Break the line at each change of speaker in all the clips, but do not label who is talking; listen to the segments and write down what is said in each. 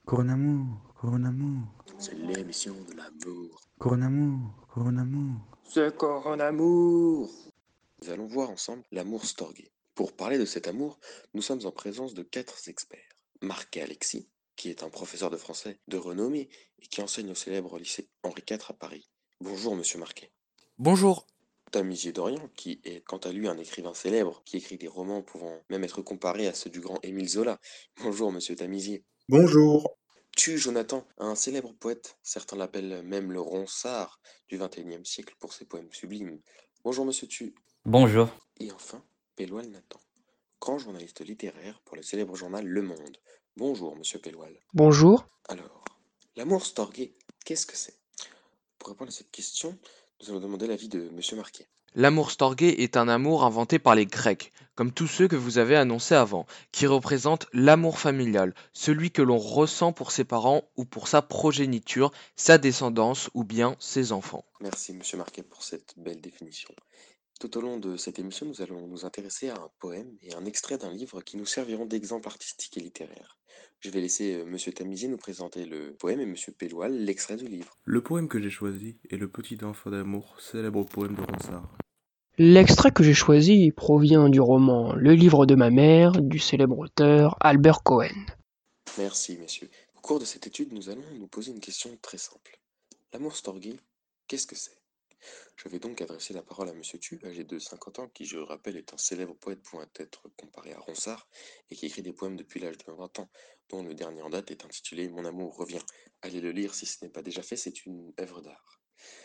Coronamour.
C'est l'émission de l'amour.
Coronamour.
C'est Coronamour. Nous allons voir ensemble l'amour Storgé. Pour parler de cet amour, nous sommes en présence de 4 experts. Marquet Alexis, qui est un professeur de français de renommée et qui enseigne au célèbre lycée Henri IV à Paris. Bonjour monsieur Marquet.
Bonjour.
Tamisier Dorian, qui est quant à lui un écrivain célèbre, qui écrit des romans pouvant même être comparés à ceux du grand Émile Zola. Bonjour monsieur Tamisier.
Bonjour.
Tu, Jonathan, un célèbre poète, certains l'appellent même le Ronsard du XXIe siècle pour ses poèmes sublimes. Bonjour monsieur Tu.
Bonjour.
Et enfin, Péloal Nathan, grand journaliste littéraire pour le célèbre journal Le Monde. Bonjour monsieur Péloal.
Bonjour.
Alors, l'amour Storgé, qu'est-ce que c'est? Pour répondre à cette question, nous allons demander l'avis de monsieur Marquet.
L'amour storgé est un amour inventé par les Grecs, comme tous ceux que vous avez annoncés avant, qui représente l'amour familial, celui que l'on ressent pour ses parents ou pour sa progéniture, sa descendance ou bien ses enfants.
Merci monsieur Marquet pour cette belle définition. Tout au long de cette émission, nous allons nous intéresser à un poème et un extrait d'un livre qui nous serviront d'exemple artistique et littéraire. Je vais laisser monsieur Tamisier nous présenter le poème et monsieur Péloal l'extrait du livre.
Le poème que j'ai choisi est Le Petit Enfant d'amour, célèbre poème de Ronsard.
L'extrait que j'ai choisi provient du roman Le livre de ma mère du célèbre auteur Albert Cohen.
Merci messieurs. Au cours de cette étude, nous allons nous poser une question très simple. L'amour Storgé, qu'est-ce que c'est? Je vais donc adresser la parole à monsieur Tu, âgé de 50 ans, qui je rappelle est un célèbre poète pouvant être comparé à Ronsard, et qui écrit des poèmes depuis l'âge de 20 ans, dont le dernier en date est intitulé Mon amour revient. Allez le lire si ce n'est pas déjà fait, c'est une œuvre d'art.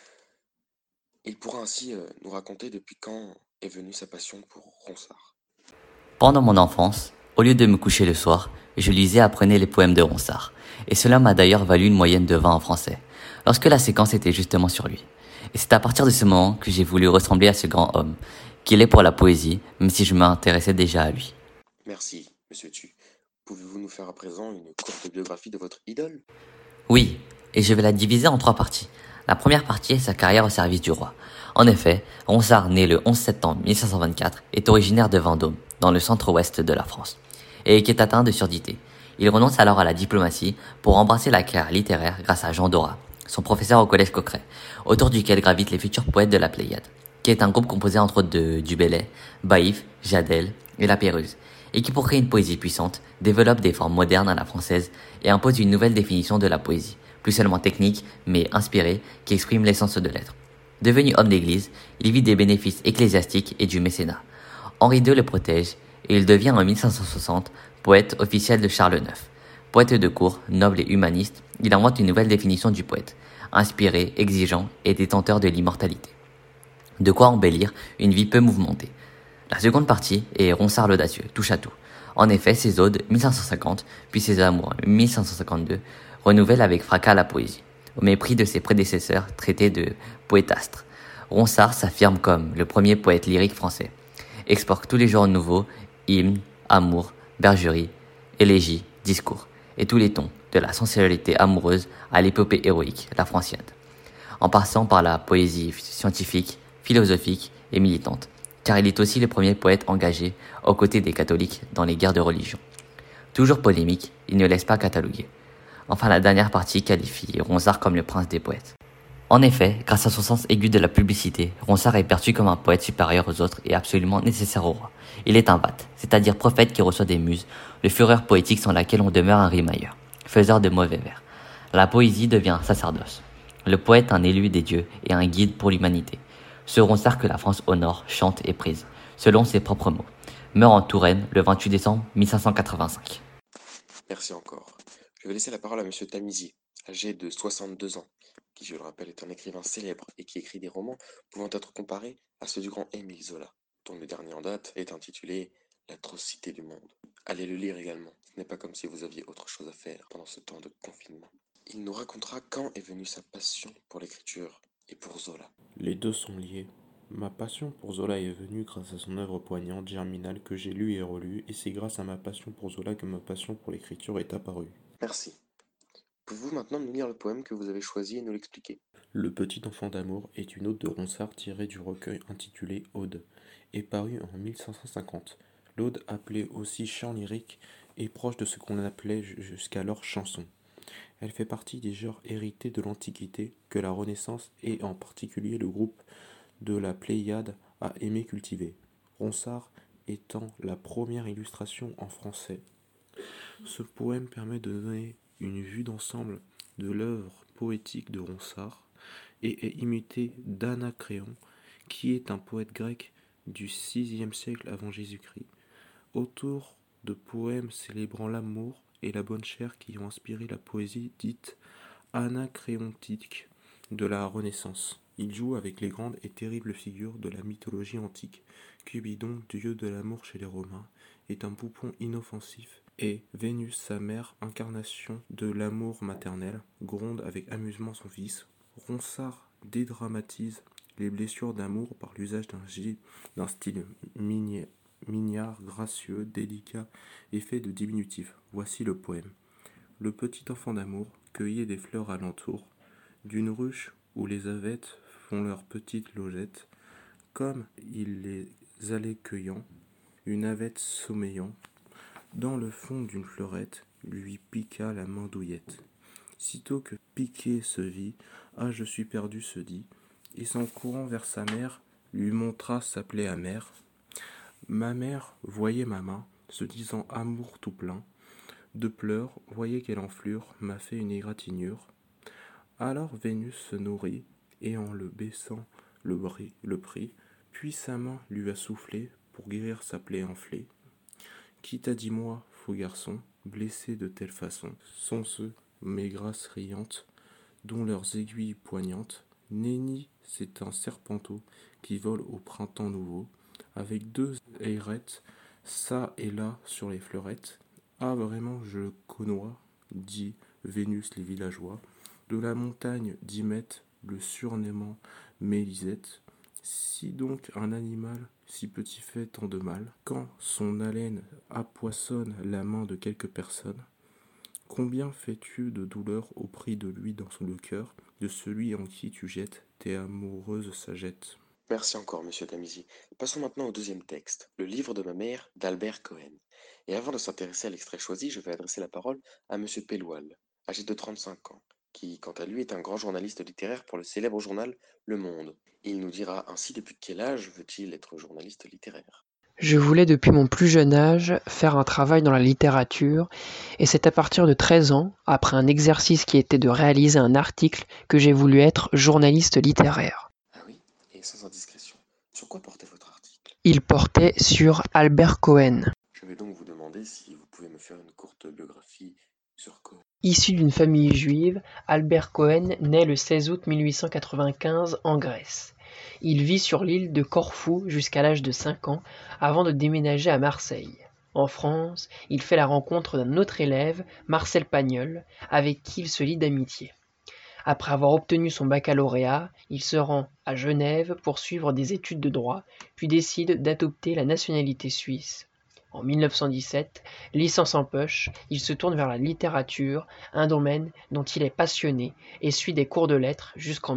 Il pourra ainsi nous raconter depuis quand est venue sa passion pour Ronsard.
Pendant mon enfance, au lieu de me coucher le soir, je lisais et apprenais les poèmes de Ronsard. Et cela m'a d'ailleurs valu une moyenne de 20 en français, lorsque la séquence était justement sur lui. Et c'est à partir de ce moment que j'ai voulu ressembler à ce grand homme, qu'il est pour la poésie, même si je m'intéressais déjà à lui.
Merci, monsieur Tu. Pouvez-vous nous faire à présent une courte biographie de votre idole?
Oui, et je vais la diviser en 3 parties. La première partie est sa carrière au service du roi. En effet, Ronsard, né le 11 septembre 1524, est originaire de Vendôme, dans le centre-ouest de la France, et qui est atteint de surdité. Il renonce alors à la diplomatie pour embrasser la carrière littéraire grâce à Jean Dorat, son professeur au collège Coqueret, autour duquel gravitent les futurs poètes de la Pléiade, qui est un groupe composé entre autres de Du Bellay, Baïf, Jadel et La Pérouse, et qui pour créer une poésie puissante, développe des formes modernes à la française et impose une nouvelle définition de la poésie, plus seulement technique, mais inspirée, qui exprime l'essence de l'être. Devenu homme d'église, il vit des bénéfices ecclésiastiques et du mécénat. Henri II le protège, et il devient en 1560 poète officiel de Charles IX. Poète de cour, noble et humaniste, il invente une nouvelle définition du poète, inspiré, exigeant et détenteur de l'immortalité. De quoi embellir une vie peu mouvementée. La seconde partie est Ronsard l'audacieux, touche à tout. En effet, ses odes 1550, puis ses amours 1552, renouvellent avec fracas la poésie, au mépris de ses prédécesseurs traités de poétastres. Ronsard s'affirme comme le premier poète lyrique français, exporte tous les genres nouveaux, hymnes, amour, bergerie, élégie, discours, et tous les tons, de la sensualité amoureuse à l'épopée héroïque, la franciade, en passant par la poésie scientifique, philosophique et militante, car il est aussi le premier poète engagé aux côtés des catholiques dans les guerres de religion. Toujours polémique, il ne laisse pas cataloguer. Enfin, la dernière partie qualifie Ronsard comme le prince des poètes. En effet, grâce à son sens aigu de la publicité, Ronsard est perçu comme un poète supérieur aux autres et absolument nécessaire au roi. Il est un vat, c'est-à-dire prophète qui reçoit des muses, le fureur poétique sans laquelle on demeure un rimailleur, faiseur de mauvais vers. La poésie devient un sacerdoce. Le poète un élu des dieux et un guide pour l'humanité. Ce Ronsard que la France honore, chante et prise, selon ses propres mots. Meurt en Touraine le 28 décembre 1585.
Merci encore. Je vais laisser la parole à monsieur Tamisier, âgé de 62 ans, qui, je le rappelle, est un écrivain célèbre et qui écrit des romans pouvant être comparés à ceux du grand Émile Zola, dont le dernier en date est intitulé L'atrocité du monde. Allez le lire également, ce n'est pas comme si vous aviez autre chose à faire pendant ce temps de confinement. Il nous racontera quand est venue sa passion pour l'écriture et pour Zola.
Les deux sont liés. Ma passion pour Zola est venue grâce à son œuvre poignante, germinale, que j'ai lue et relue, et c'est grâce à ma passion pour Zola que ma passion pour l'écriture est apparue.
Merci. Pouvez-vous maintenant nous lire le poème que vous avez choisi et nous l'expliquer?
Le Petit Enfant d'amour est une ode de Ronsard tirée du recueil intitulé Ode, et parue en 1550. L'ode, appelée aussi chant lyrique, est proche de ce qu'on appelait jusqu'alors chanson. Elle fait partie des genres hérités de l'Antiquité que la Renaissance et en particulier le groupe de la Pléiade a aimé cultiver, Ronsard étant la première illustration en français. Ce poème permet de donner une vue d'ensemble de l'œuvre poétique de Ronsard et est imité d'Anacréon, qui est un poète grec du VIe siècle avant Jésus-Christ, autour de poèmes célébrant l'amour et la bonne chère qui ont inspiré la poésie dite anacréontique de la Renaissance. Il joue avec les grandes et terribles figures de la mythologie antique. Cupidon, dieu de l'amour chez les Romains, est un poupon inoffensif, et Vénus, sa mère, incarnation de l'amour maternel, gronde avec amusement son fils. Ronsard dédramatise les blessures d'amour par l'usage d'un style mignard, gracieux, délicat et fait de diminutifs. Voici le poème. Le petit enfant d'amour cueillait des fleurs alentour d'une ruche où les avettes font leurs petites logettes. Comme il les allait cueillant, une avette sommeillant, dans le fond d'une fleurette, lui piqua la main douillette. Sitôt que piqué se vit, ah je suis perdu se dit, et s'en courant vers sa mère, lui montra sa plaie amère. Ma mère voyait ma main, se disant amour tout plein, de pleurs, voyait quelle enflure m'a fait une égratignure. Alors Vénus se nourrit, et en le baissant le prit, puis sa main lui a soufflé pour guérir sa plaie enflée. Qui t'a dit moi, faux garçon, blessé de telle façon, sont ceux, mes grâces riantes, dont leurs aiguilles poignantes, Nenni, c'est un serpenteau qui vole au printemps nouveau, avec deux airettes, ça et là sur les fleurettes. Ah vraiment je le connois, dit Vénus les villageois, de la montagne d'Hymette, le surnommant Mélisette. Si donc un animal si petit fait tant de mal, quand son haleine appoissonne la main de quelque personne, combien fais-tu de douleur au prix de lui dans le cœur, de celui en qui tu jettes tes amoureuses sagettes.
Merci encore, monsieur Damisi. Passons maintenant au deuxième texte, Le livre de ma mère d'Albert Cohen. Et avant de s'intéresser à l'extrait choisi, je vais adresser la parole à monsieur Pelloual, âgé de 35 ans, qui, quant à lui, est un grand journaliste littéraire pour le célèbre journal Le Monde. Il nous dira ainsi depuis quel âge veut-il être journaliste littéraire.
Je voulais depuis mon plus jeune âge faire un travail dans la littérature, et c'est à partir de 13 ans, après un exercice qui était de réaliser un article, que j'ai voulu être journaliste littéraire.
Ah oui, et sans indiscrétion, sur quoi portait votre article?
Il portait sur Albert Cohen.
Je vais donc vous demander si vous pouvez me faire une courte biographie sur Cohen.
Issu d'une famille juive, Albert Cohen naît le 16 août 1895 en Grèce. Il vit sur l'île de Corfou jusqu'à l'âge de 5 ans avant de déménager à Marseille. En France, il fait la rencontre d'un autre élève, Marcel Pagnol, avec qui il se lie d'amitié. Après avoir obtenu son baccalauréat, il se rend à Genève pour suivre des études de droit, puis décide d'adopter la nationalité suisse. En 1917, licence en poche, il se tourne vers la littérature, un domaine dont il est passionné, et suit des cours de lettres jusqu'en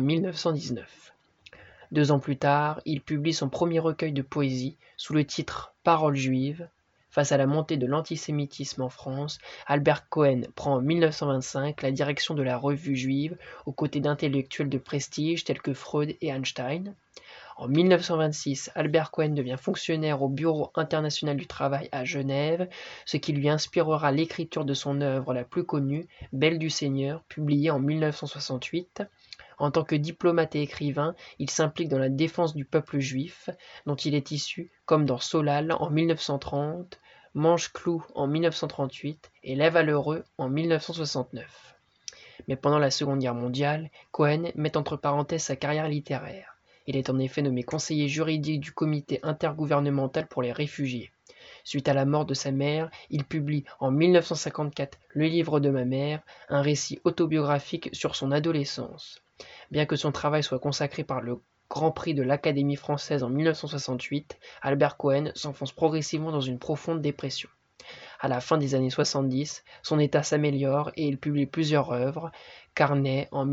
1919. 2 ans plus tard, il publie son premier recueil de poésie sous le titre Paroles juives. Face à la montée de l'antisémitisme en France, Albert Cohen prend en 1925 la direction de la Revue juive aux côtés d'intellectuels de prestige tels que Freud et Einstein. En 1926, Albert Cohen devient fonctionnaire au Bureau international du travail à Genève, ce qui lui inspirera l'écriture de son œuvre la plus connue, Belle du Seigneur, publiée en 1968. En tant que diplomate et écrivain, il s'implique dans la défense du peuple juif, dont il est issu, comme dans Solal en 1930, Manche-Clou en 1938 et Les Valeureux en 1969. Mais pendant la Seconde Guerre mondiale, Cohen met entre parenthèses sa carrière littéraire. Il est en effet nommé conseiller juridique du comité intergouvernemental pour les réfugiés. Suite à la mort de sa mère, il publie en 1954 Le livre de ma mère, un récit autobiographique sur son adolescence. Bien que son travail soit consacré par le Grand Prix de l'Académie française en 1968, Albert Cohen s'enfonce progressivement dans une profonde dépression. À la fin des années 70, son état s'améliore et il publie plusieurs œuvres, Carnet en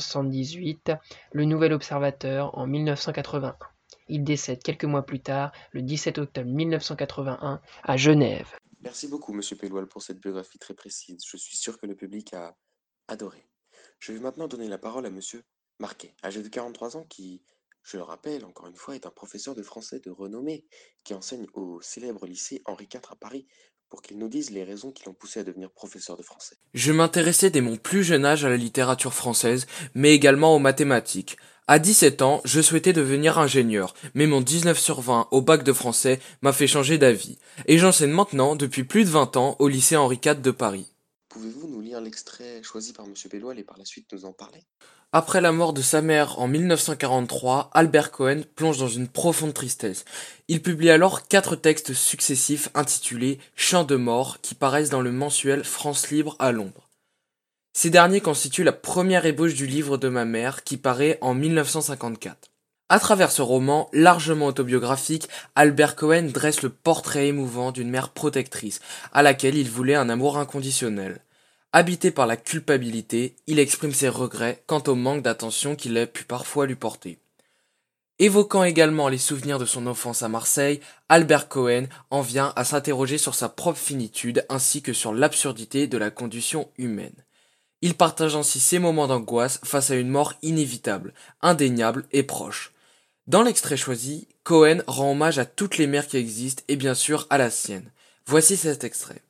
1978, Le Nouvel Observateur en 1981. Il décède quelques mois plus tard, le 17 octobre 1981, à Genève.
Merci beaucoup, monsieur Pelloual, pour cette biographie très précise. Je suis sûr que le public a adoré. Je vais maintenant donner la parole à monsieur Marquet, âgé de 43 ans, qui, je le rappelle encore une fois, est un professeur de français de renommée, qui enseigne au célèbre lycée Henri IV à Paris, pour qu'il nous dise les raisons qui l'ont poussé à devenir professeur de français.
Je m'intéressais dès mon plus jeune âge à la littérature française, mais également aux mathématiques. À 17 ans, je souhaitais devenir ingénieur, mais mon 19 sur 20 au bac de français m'a fait changer d'avis. Et j'enseigne maintenant depuis plus de 20 ans au lycée Henri IV de Paris.
Pouvez-vous nous lire l'extrait choisi par monsieur Belloil et par la suite nous en parler?
Après la mort de sa mère en 1943, Albert Cohen plonge dans une profonde tristesse. Il publie alors 4 textes successifs intitulés Chants de mort qui paraissent dans le mensuel France Libre à Londres. Ces derniers constituent la première ébauche du livre de ma mère qui paraît en 1954. À travers ce roman, largement autobiographique, Albert Cohen dresse le portrait émouvant d'une mère protectrice, à laquelle il voulait un amour inconditionnel. Habité par la culpabilité, il exprime ses regrets quant au manque d'attention qu'il a pu parfois lui porter. Évoquant également les souvenirs de son enfance à Marseille, Albert Cohen en vient à s'interroger sur sa propre finitude ainsi que sur l'absurdité de la condition humaine. Il partage ainsi ses moments d'angoisse face à une mort inévitable, indéniable et proche. Dans l'extrait choisi, Cohen rend hommage à toutes les mères qui existent et bien sûr à la sienne. Voici cet extrait.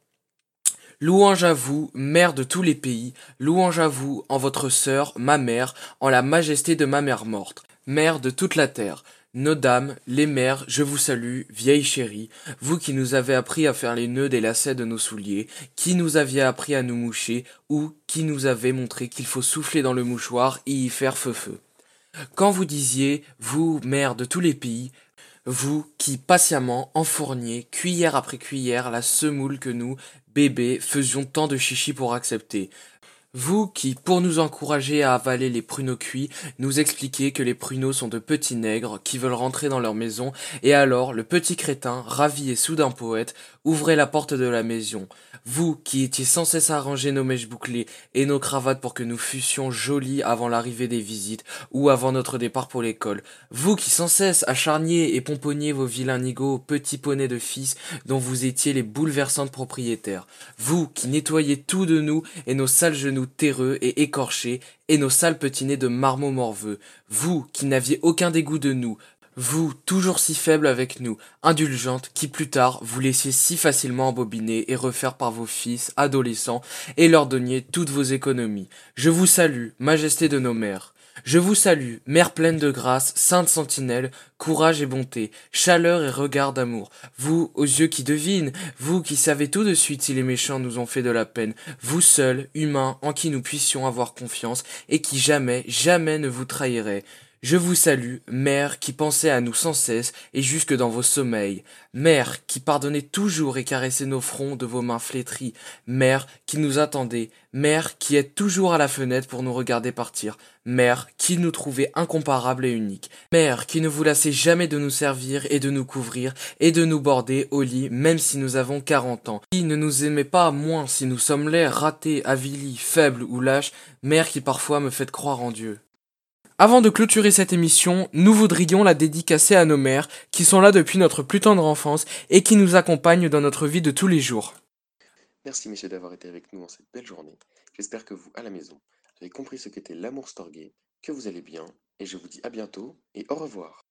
Louange à vous, mère de tous les pays, louange à vous, en votre sœur, ma mère, en la majesté de ma mère morte, mère de toute la terre. Nos dames, les mères, je vous salue, vieille chérie, vous qui nous avez appris à faire les nœuds des lacets de nos souliers, qui nous aviez appris à nous moucher, ou qui nous avez montré qu'il faut souffler dans le mouchoir et y faire feu. Quand vous disiez, vous, mère de tous les pays, vous qui patiemment enfourniez, cuillère après cuillère, la semoule que nous, bébés, faisions tant de chichi pour accepter. Vous qui, pour nous encourager à avaler les pruneaux cuits, nous expliquez que les pruneaux sont de petits nègres qui veulent rentrer dans leur maison, et alors le petit crétin, ravi et soudain poète, ouvrait la porte de la maison. Vous qui étiez sans cesse à arranger nos mèches bouclées et nos cravates pour que nous fussions jolis avant l'arrivée des visites ou avant notre départ pour l'école. Vous qui sans cesse acharniez et pomponniez vos vilains nigauds aux petits poneys de fils dont vous étiez les bouleversantes propriétaires. Vous qui nettoyiez tout de nous et nos sales genoux terreux et écorchés, et nos sales petits nez de marmot morveux, vous qui n'aviez aucun dégoût de nous, vous, toujours si faible avec nous, indulgente, qui plus tard vous laissiez si facilement embobiner et refaire par vos fils, adolescents, et leur donniez toutes vos économies. Je vous salue, majesté de nos mères. Je vous salue, mère pleine de grâce, sainte sentinelle, courage et bonté, chaleur et regard d'amour. Vous, aux yeux qui devinent, vous qui savez tout de suite si les méchants nous ont fait de la peine, vous seul, humain, en qui nous puissions avoir confiance, et qui jamais, jamais ne vous trahirait. Je vous salue, mère qui pensait à nous sans cesse et jusque dans vos sommeils, mère qui pardonnait toujours et caressait nos fronts de vos mains flétries, mère qui nous attendait, mère qui êtes toujours à la fenêtre pour nous regarder partir, mère qui nous trouvait incomparables et uniques, mère qui ne vous lassait jamais de nous servir et de nous couvrir et de nous border au lit même si nous avons 40 ans, qui ne nous aimait pas moins si nous sommes laids, ratés, avilis, faibles ou lâches, mère qui parfois me fait croire en Dieu. Avant de clôturer cette émission, nous voudrions la dédicacer à nos mères qui sont là depuis notre plus tendre enfance et qui nous accompagnent dans notre vie de tous les jours.
Merci messieurs d'avoir été avec nous en cette belle journée. J'espère que vous, à la maison, avez compris ce qu'était l'amour storgé, que vous allez bien, et je vous dis à bientôt et au revoir.